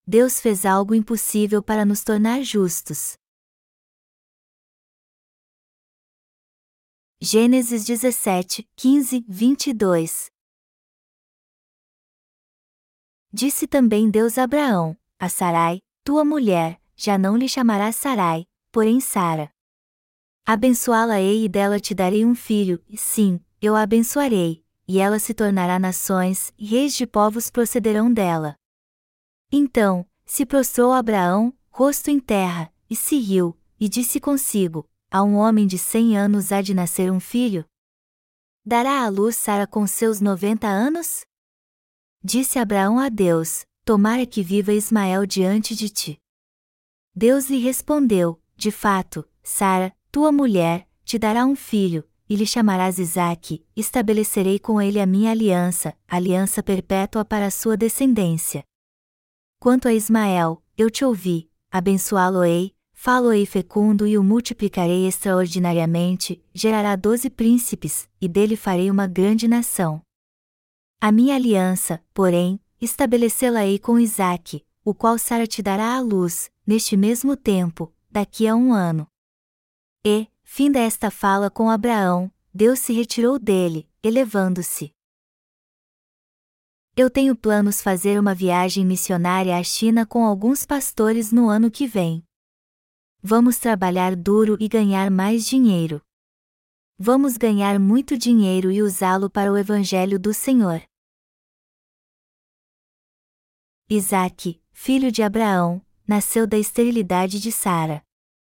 Deus fez algo impossível para nos tornar justos. Gênesis 17, 15, 22. Disse também Deus a Abraão: a Sarai, tua mulher, já não lhe chamarás Sarai, porém Sara. Abençoá-la-ei e dela te darei um filho, e sim, eu a abençoarei, e ela se tornará nações, e reis de povos procederão dela. Então, se prostrou Abraão, rosto em terra, e se riu, e disse consigo: a um homem de 100 anos há de nascer um filho? Dará à luz Sara com seus 90 anos? Disse Abraão a Deus: tomara que viva Ismael diante de ti. Deus lhe respondeu: de fato, Sara, tua mulher, te dará um filho, e lhe chamarás Isaque, estabelecerei com ele a minha aliança, aliança perpétua para a sua descendência. Quanto a Ismael, eu te ouvi, abençoá-lo-ei, fá-lo-ei fecundo e o multiplicarei extraordinariamente, gerará 12 príncipes, e dele farei uma grande nação. A minha aliança, porém, estabelecê-la-ei com Isaque, o qual Sara te dará à luz, neste mesmo tempo, daqui a 1 ano. E, finda esta fala com Abraão, Deus se retirou dele, elevando-se. Eu tenho planos fazer uma viagem missionária à China com alguns pastores no ano que vem. Vamos trabalhar duro e ganhar mais dinheiro. Vamos ganhar muito dinheiro e usá-lo para o Evangelho do Senhor. Isaque, filho de Abraão, nasceu da esterilidade de Sara.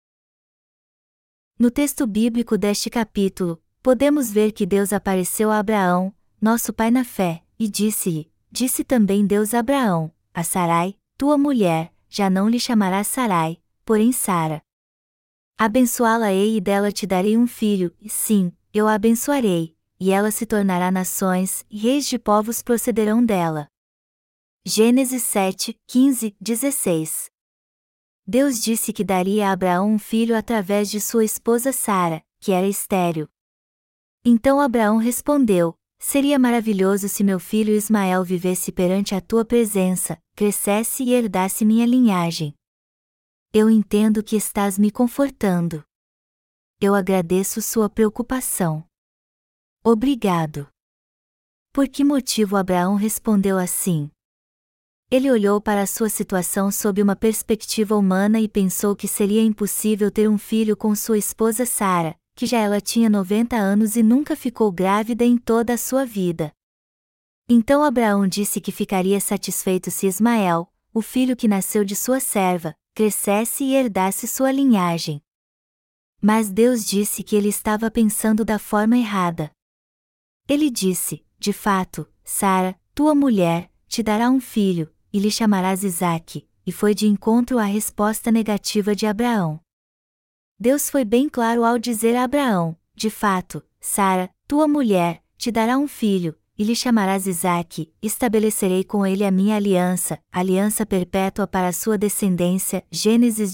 No texto bíblico deste capítulo, podemos ver que Deus apareceu a Abraão, nosso pai na fé, e disse também Deus a Abraão: a Sarai, tua mulher, já não lhe chamarás Sarai, porém Sara. Abençoá-la-ei e dela te darei um filho, e sim, eu a abençoarei, e ela se tornará nações, e reis de povos procederão dela. Gênesis 7, 15, 16. Deus disse que daria a Abraão um filho através de sua esposa Sara, que era estéril. Então Abraão respondeu: seria maravilhoso se meu filho Ismael vivesse perante a tua presença, crescesse e herdasse minha linhagem. Eu entendo que estás me confortando. Eu agradeço sua preocupação. Obrigado. Por que motivo Abraão respondeu assim? Ele olhou para a sua situação sob uma perspectiva humana e pensou que seria impossível ter um filho com sua esposa Sara, que já ela tinha 90 anos e nunca ficou grávida em toda a sua vida. Então Abraão disse que ficaria satisfeito se Ismael, o filho que nasceu de sua serva, crescesse e herdasse sua linhagem. Mas Deus disse que ele estava pensando da forma errada. Ele disse: de fato, Sara, tua mulher, te dará um filho, e lhe chamarás Isaque, e foi de encontro à resposta negativa de Abraão. Deus foi bem claro ao dizer a Abraão: de fato, Sara, tua mulher, te dará um filho, e lhe chamarás Isaque, estabelecerei com ele a minha aliança, aliança perpétua para a sua descendência. Gênesis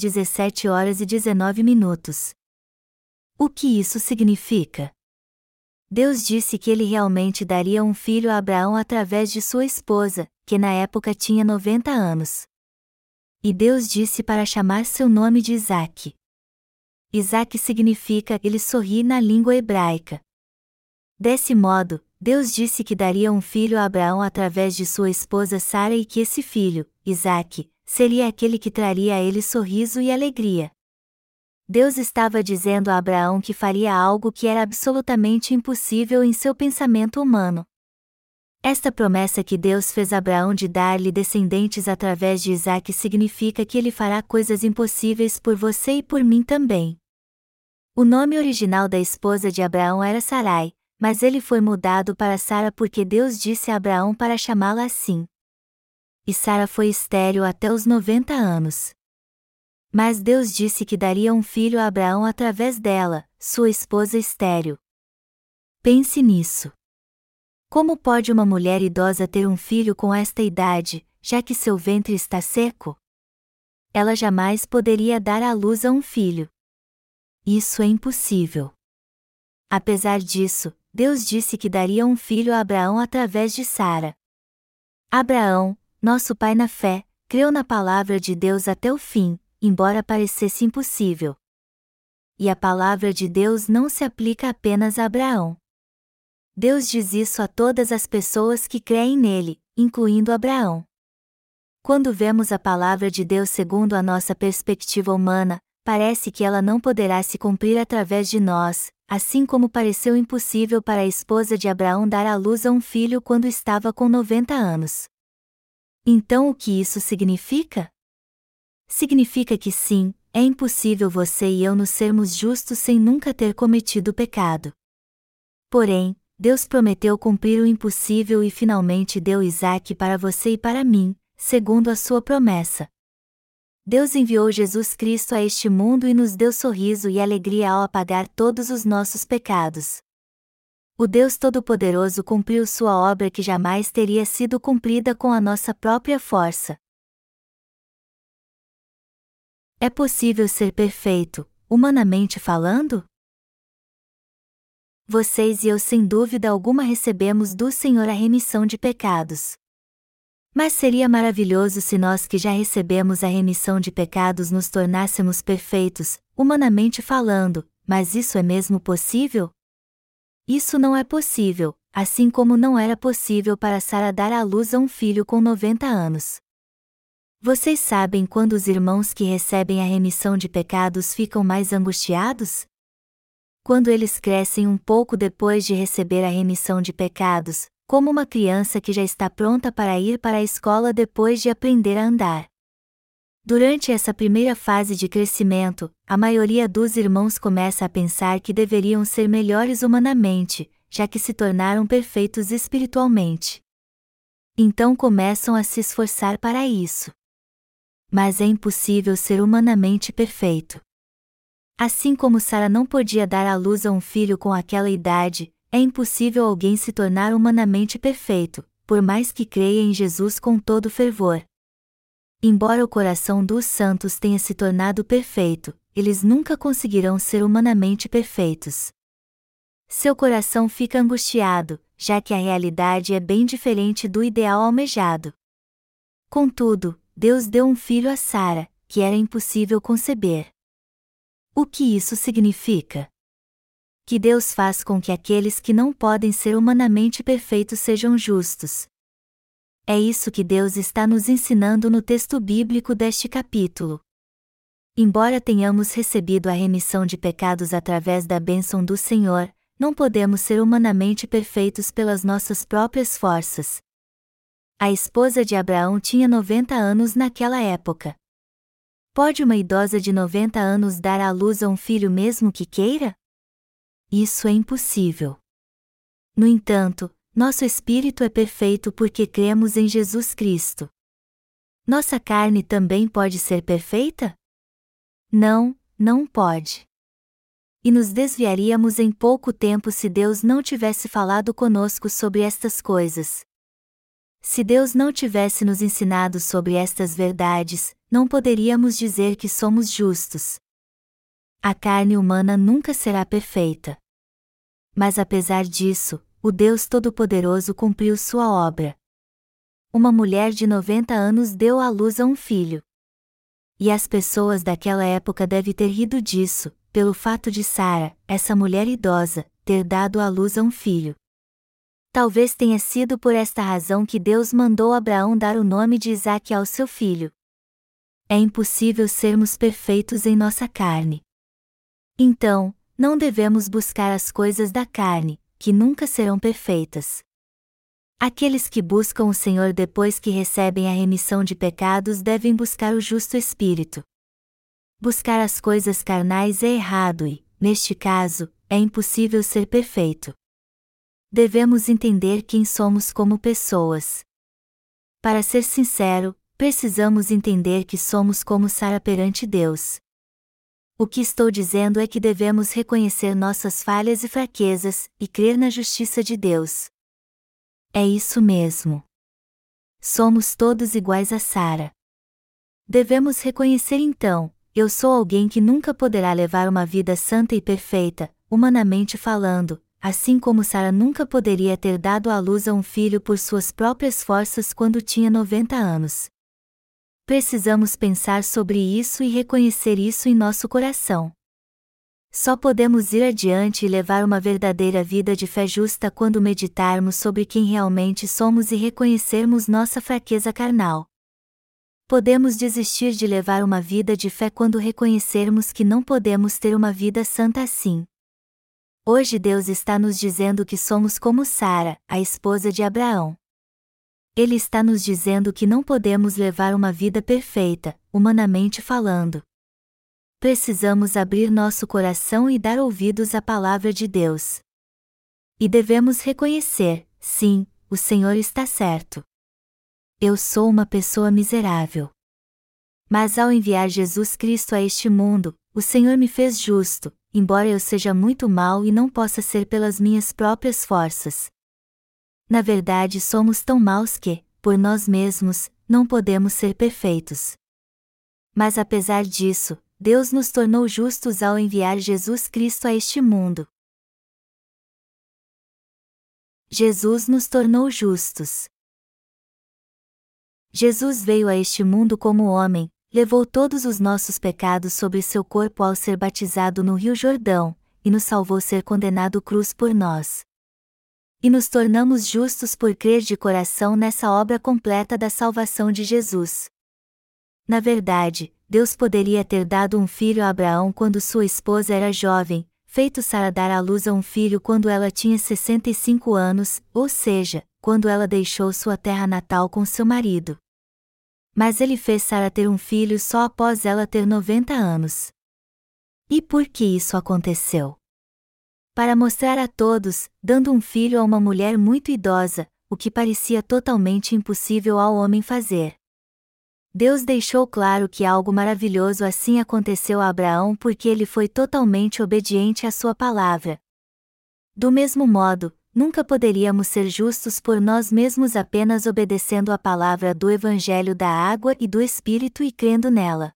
17h19. O que isso significa? Deus disse que ele realmente daria um filho a Abraão através de sua esposa, que na época tinha 90 anos. E Deus disse para chamar seu nome de Isaque. Isaque significa ele sorri na língua hebraica. Desse modo, Deus disse que daria um filho a Abraão através de sua esposa Sara e que esse filho, Isaque, seria aquele que traria a ele sorriso e alegria. Deus estava dizendo a Abraão que faria algo que era absolutamente impossível em seu pensamento humano. Esta promessa que Deus fez a Abraão de dar-lhe descendentes através de Isaque significa que ele fará coisas impossíveis por você e por mim também. O nome original da esposa de Abraão era Sarai, mas ele foi mudado para Sara porque Deus disse a Abraão para chamá-la assim. E Sara foi estéril até os 90 anos. Mas Deus disse que daria um filho a Abraão através dela, sua esposa estéril. Pense nisso. Como pode uma mulher idosa ter um filho com esta idade, já que seu ventre está seco? Ela jamais poderia dar à luz a um filho. Isso é impossível. Apesar disso, Deus disse que daria um filho a Abraão através de Sara. Abraão, nosso pai na fé, creu na palavra de Deus até o fim, embora parecesse impossível. E a palavra de Deus não se aplica apenas a Abraão. Deus diz isso a todas as pessoas que creem nele, incluindo Abraão. Quando vemos a palavra de Deus segundo a nossa perspectiva humana, parece que ela não poderá se cumprir através de nós, assim como pareceu impossível para a esposa de Abraão dar à luz a um filho quando estava com 90 anos. Então o que isso significa? Significa que sim, é impossível você e eu nos sermos justos sem nunca ter cometido pecado. Porém, Deus prometeu cumprir o impossível e finalmente deu Isaque para você e para mim, segundo a sua promessa. Deus enviou Jesus Cristo a este mundo e nos deu sorriso e alegria ao apagar todos os nossos pecados. O Deus Todo-Poderoso cumpriu sua obra que jamais teria sido cumprida com a nossa própria força. É possível ser perfeito, humanamente falando? Vocês e eu sem dúvida alguma recebemos do Senhor a remissão de pecados. Mas seria maravilhoso se nós que já recebemos a remissão de pecados nos tornássemos perfeitos, humanamente falando, mas isso é mesmo possível? Isso não é possível, assim como não era possível para Sara dar à luz a um filho com 90 anos. Vocês sabem quando os irmãos que recebem a remissão de pecados ficam mais angustiados? Quando eles crescem um pouco depois de receber a remissão de pecados, como uma criança que já está pronta para ir para a escola depois de aprender a andar. Durante essa primeira fase de crescimento, a maioria dos irmãos começa a pensar que deveriam ser melhores humanamente, já que se tornaram perfeitos espiritualmente. Então começam a se esforçar para isso. Mas é impossível ser humanamente perfeito. Assim como Sara não podia dar à luz a um filho com aquela idade, é impossível alguém se tornar humanamente perfeito, por mais que creia em Jesus com todo fervor. Embora o coração dos santos tenha se tornado perfeito, eles nunca conseguirão ser humanamente perfeitos. Seu coração fica angustiado, já que a realidade é bem diferente do ideal almejado. Contudo, Deus deu um filho a Sara, que era impossível conceber. O que isso significa? Que Deus faz com que aqueles que não podem ser humanamente perfeitos sejam justos. É isso que Deus está nos ensinando no texto bíblico deste capítulo. Embora tenhamos recebido a remissão de pecados através da bênção do Senhor, não podemos ser humanamente perfeitos pelas nossas próprias forças. A esposa de Abraão tinha 90 anos naquela época. Pode uma idosa de 90 anos dar à luz a um filho mesmo que queira? Isso é impossível. No entanto, nosso espírito é perfeito porque cremos em Jesus Cristo. Nossa carne também pode ser perfeita? Não, não pode. E nos desviaríamos em pouco tempo se Deus não tivesse falado conosco sobre estas coisas. Se Deus não tivesse nos ensinado sobre estas verdades, não poderíamos dizer que somos justos. A carne humana nunca será perfeita. Mas apesar disso, o Deus Todo-Poderoso cumpriu sua obra. Uma mulher de 90 anos deu à luz a um filho. E as pessoas daquela época devem ter rido disso, pelo fato de Sara, essa mulher idosa, ter dado à luz a um filho. Talvez tenha sido por esta razão que Deus mandou Abraão dar o nome de Isaque ao seu filho. É impossível sermos perfeitos em nossa carne. Então, não devemos buscar as coisas da carne, que nunca serão perfeitas. Aqueles que buscam o Senhor depois que recebem a remissão de pecados devem buscar o justo espírito. Buscar as coisas carnais é errado e, neste caso, é impossível ser perfeito. Devemos entender quem somos como pessoas. Para ser sincero, precisamos entender que somos como Sara perante Deus. O que estou dizendo é que devemos reconhecer nossas falhas e fraquezas, e crer na justiça de Deus. É isso mesmo. Somos todos iguais a Sara. Devemos reconhecer então, eu sou alguém que nunca poderá levar uma vida santa e perfeita, humanamente falando, assim como Sara nunca poderia ter dado à luz a um filho por suas próprias forças quando tinha 90 anos. Precisamos pensar sobre isso e reconhecer isso em nosso coração. Só podemos ir adiante e levar uma verdadeira vida de fé justa quando meditarmos sobre quem realmente somos e reconhecermos nossa fraqueza carnal. Podemos desistir de levar uma vida de fé quando reconhecermos que não podemos ter uma vida santa assim. Hoje Deus está nos dizendo que somos como Sara, a esposa de Abraão. Ele está nos dizendo que não podemos levar uma vida perfeita, humanamente falando. Precisamos abrir nosso coração e dar ouvidos à palavra de Deus. E devemos reconhecer, sim, o Senhor está certo. Eu sou uma pessoa miserável. Mas ao enviar Jesus Cristo a este mundo, o Senhor me fez justo, embora eu seja muito mau e não possa ser pelas minhas próprias forças. Na verdade, somos tão maus que, por nós mesmos, não podemos ser perfeitos. Mas apesar disso, Deus nos tornou justos ao enviar Jesus Cristo a este mundo. Jesus nos tornou justos. Jesus veio a este mundo como homem, levou todos os nossos pecados sobre seu corpo ao ser batizado no Rio Jordão, e nos salvou ser condenado cruz por nós. E nos tornamos justos por crer de coração nessa obra completa da salvação de Jesus. Na verdade, Deus poderia ter dado um filho a Abraão quando sua esposa era jovem, feito Sara dar à luz a um filho quando ela tinha 65 anos, ou seja, quando ela deixou sua terra natal com seu marido. Mas ele fez Sara ter um filho só após ela ter 90 anos. E por que isso aconteceu? Para mostrar a todos, dando um filho a uma mulher muito idosa, o que parecia totalmente impossível ao homem fazer. Deus deixou claro que algo maravilhoso assim aconteceu a Abraão porque ele foi totalmente obediente à sua palavra. Do mesmo modo, nunca poderíamos ser justos por nós mesmos apenas obedecendo à palavra do Evangelho da água e do Espírito e crendo nela.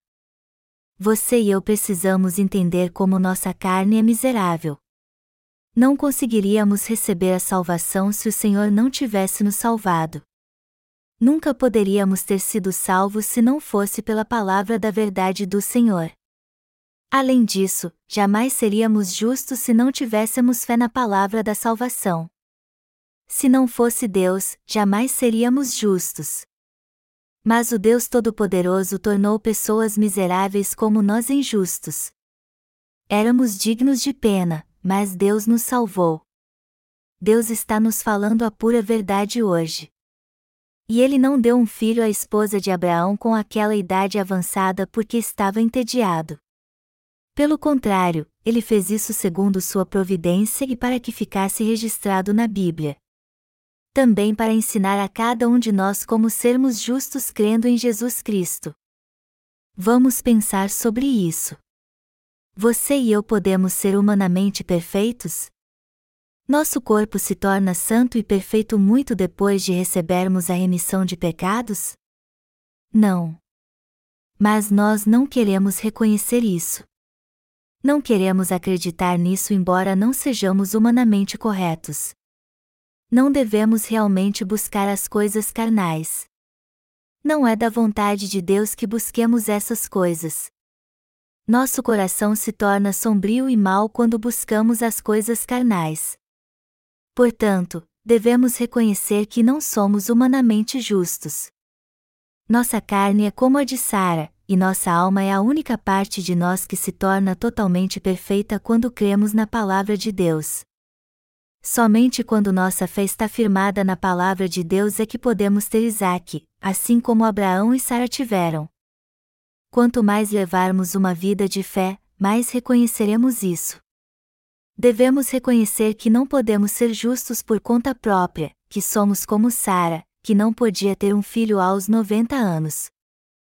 Você e eu precisamos entender como nossa carne é miserável. Não conseguiríamos receber a salvação se o Senhor não tivesse nos salvado. Nunca poderíamos ter sido salvos se não fosse pela palavra da verdade do Senhor. Além disso, jamais seríamos justos se não tivéssemos fé na palavra da salvação. Se não fosse Deus, jamais seríamos justos. Mas o Deus Todo-Poderoso tornou pessoas miseráveis como nós injustos. Éramos dignos de pena, mas Deus nos salvou. Deus está nos falando a pura verdade hoje. E ele não deu um filho à esposa de Abraão com aquela idade avançada porque estava entediado. Pelo contrário, ele fez isso segundo sua providência e para que ficasse registrado na Bíblia. Também para ensinar a cada um de nós como sermos justos crendo em Jesus Cristo. Vamos pensar sobre isso. Você e eu podemos ser humanamente perfeitos? Nosso corpo se torna santo e perfeito muito depois de recebermos a remissão de pecados? Não. Mas nós não queremos reconhecer isso. Não queremos acreditar nisso embora não sejamos humanamente corretos. Não devemos realmente buscar as coisas carnais. Não é da vontade de Deus que busquemos essas coisas. Nosso coração se torna sombrio e mau quando buscamos as coisas carnais. Portanto, devemos reconhecer que não somos humanamente justos. Nossa carne é como a de Sara, e nossa alma é a única parte de nós que se torna totalmente perfeita quando cremos na palavra de Deus. Somente quando nossa fé está firmada na palavra de Deus é que podemos ter Isaque, assim como Abraão e Sara tiveram. Quanto mais levarmos uma vida de fé, mais reconheceremos isso. Devemos reconhecer que não podemos ser justos por conta própria, que somos como Sara, que não podia ter um filho aos 90 anos.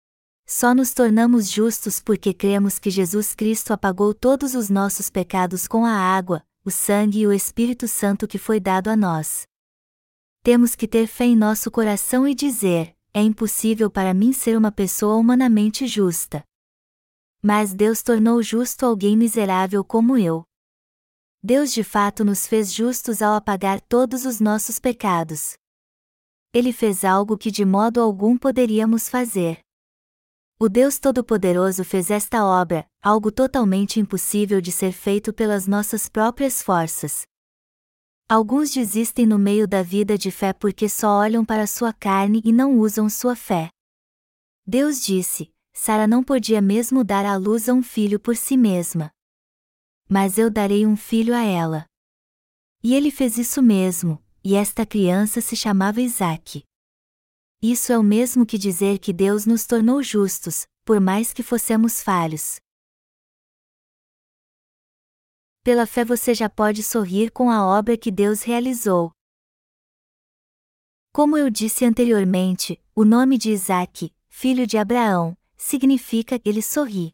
Só nos tornamos justos porque cremos que Jesus Cristo apagou todos os nossos pecados com a água, o sangue e o Espírito Santo que foi dado a nós. Temos que ter fé em nosso coração e dizer: é impossível para mim ser uma pessoa humanamente justa. Mas Deus tornou justo alguém miserável como eu. Deus de fato nos fez justos ao apagar todos os nossos pecados. Ele fez algo que de modo algum poderíamos fazer. O Deus Todo-Poderoso fez esta obra, algo totalmente impossível de ser feito pelas nossas próprias forças. Alguns desistem no meio da vida de fé porque só olham para sua carne e não usam sua fé. Deus disse: Sara não podia mesmo dar à luz a um filho por si mesma. Mas eu darei um filho a ela. E ele fez isso mesmo, e esta criança se chamava Isaque. Isso é o mesmo que dizer que Deus nos tornou justos, por mais que fossemos falhos. Pela fé você já pode sorrir com a obra que Deus realizou. Como eu disse anteriormente, o nome de Isaque, filho de Abraão, significa ele sorri.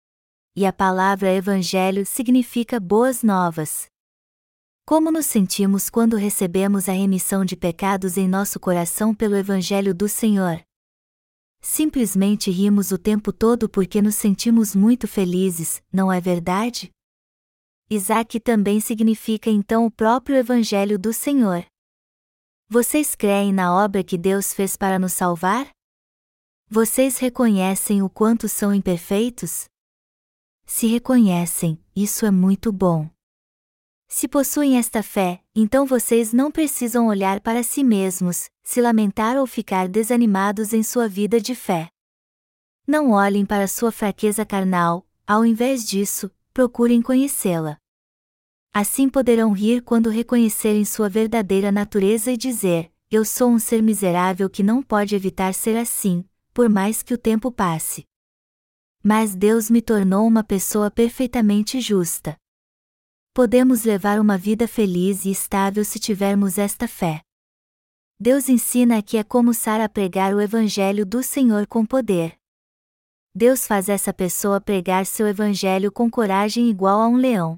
E a palavra evangelho significa boas novas. Como nos sentimos quando recebemos a remissão de pecados em nosso coração pelo Evangelho do Senhor? Simplesmente rimos o tempo todo porque nos sentimos muito felizes, não é verdade? Isaque também significa então o próprio Evangelho do Senhor. Vocês creem na obra que Deus fez para nos salvar? Vocês reconhecem o quanto são imperfeitos? Se reconhecem, isso é muito bom. Se possuem esta fé, então vocês não precisam olhar para si mesmos, se lamentar ou ficar desanimados em sua vida de fé. Não olhem para sua fraqueza carnal, ao invés disso, procurem conhecê-la. Assim poderão rir quando reconhecerem sua verdadeira natureza e dizer: Eu sou um ser miserável que não pode evitar ser assim, por mais que o tempo passe. Mas Deus me tornou uma pessoa perfeitamente justa. Podemos levar uma vida feliz e estável se tivermos esta fé. Deus ensina que é como Sara pregar o Evangelho do Senhor com poder. Deus faz essa pessoa pregar seu Evangelho com coragem igual a um leão.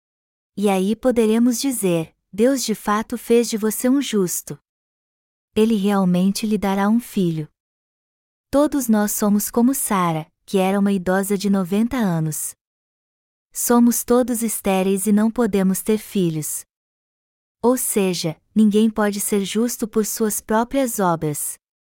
E aí poderemos dizer: Deus de fato fez de você um justo. Ele realmente lhe dará um filho. Todos nós somos como Sara, que era uma idosa de 90 anos. Somos todos estéreis e não podemos ter filhos. Ou seja, ninguém pode ser justo por suas próprias obras.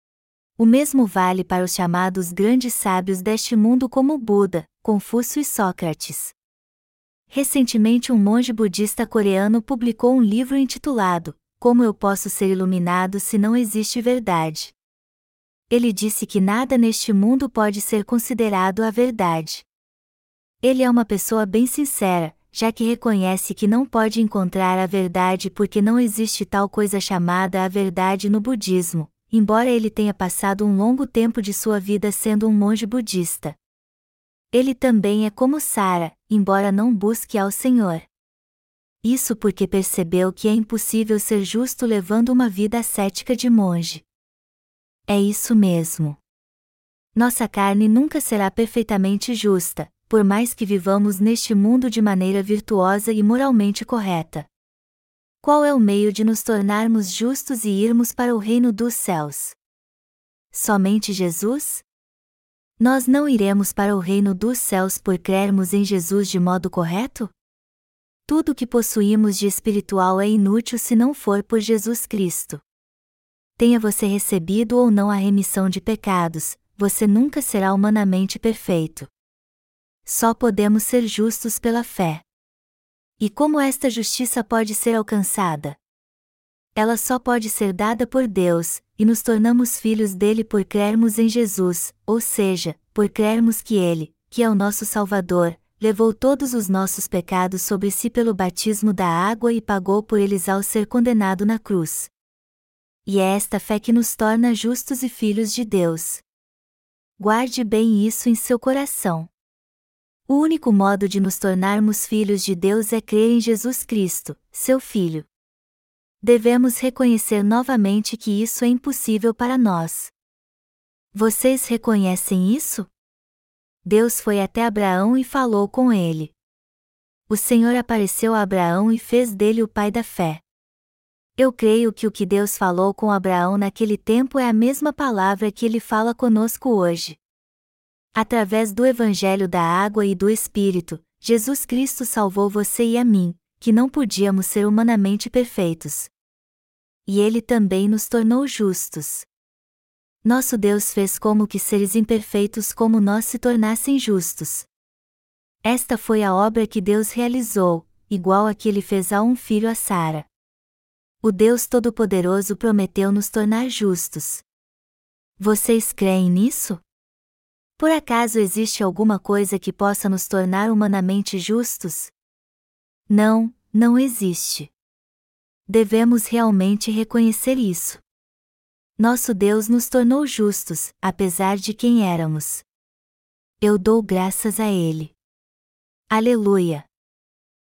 O mesmo vale para os chamados grandes sábios deste mundo como Buda, Confúcio e Sócrates. Recentemente um monge budista coreano publicou um livro intitulado Como eu posso ser iluminado se não existe verdade? Ele disse que nada neste mundo pode ser considerado a verdade. Ele é uma pessoa bem sincera, já que reconhece que não pode encontrar a verdade porque não existe tal coisa chamada a verdade no budismo, embora ele tenha passado um longo tempo de sua vida sendo um monge budista. Ele também é como Sara, embora não busque ao Senhor. Isso porque percebeu que é impossível ser justo levando uma vida ascética de monge. É isso mesmo. Nossa carne nunca será perfeitamente justa, por mais que vivamos neste mundo de maneira virtuosa e moralmente correta. Qual é o meio de nos tornarmos justos e irmos para o reino dos céus? Somente Jesus? Nós não iremos para o reino dos céus por crermos em Jesus de modo correto? Tudo o que possuímos de espiritual é inútil se não for por Jesus Cristo. Tenha você recebido ou não a remissão de pecados, você nunca será humanamente perfeito. Só podemos ser justos pela fé. E como esta justiça pode ser alcançada? Ela só pode ser dada por Deus, e nos tornamos filhos dele por crermos em Jesus, ou seja, por crermos que ele, que é o nosso Salvador, levou todos os nossos pecados sobre si pelo batismo da água e pagou por eles ao ser condenado na cruz. E é esta fé que nos torna justos e filhos de Deus. Guarde bem isso em seu coração. O único modo de nos tornarmos filhos de Deus é crer em Jesus Cristo, seu Filho. Devemos reconhecer novamente que isso é impossível para nós. Vocês reconhecem isso? Deus foi até Abraão e falou com ele. O Senhor apareceu a Abraão e fez dele o pai da fé. Eu creio que o que Deus falou com Abraão naquele tempo é a mesma palavra que ele fala conosco hoje. Através do Evangelho da Água e do Espírito, Jesus Cristo salvou você e a mim, que não podíamos ser humanamente perfeitos. E Ele também nos tornou justos. Nosso Deus fez como que seres imperfeitos como nós se tornassem justos. Esta foi a obra que Deus realizou, igual a que Ele fez a um filho a Sara. O Deus Todo-Poderoso prometeu nos tornar justos. Vocês creem nisso? Por acaso existe alguma coisa que possa nos tornar humanamente justos? Não, não existe. Devemos realmente reconhecer isso. Nosso Deus nos tornou justos, apesar de quem éramos. Eu dou graças a Ele. Aleluia!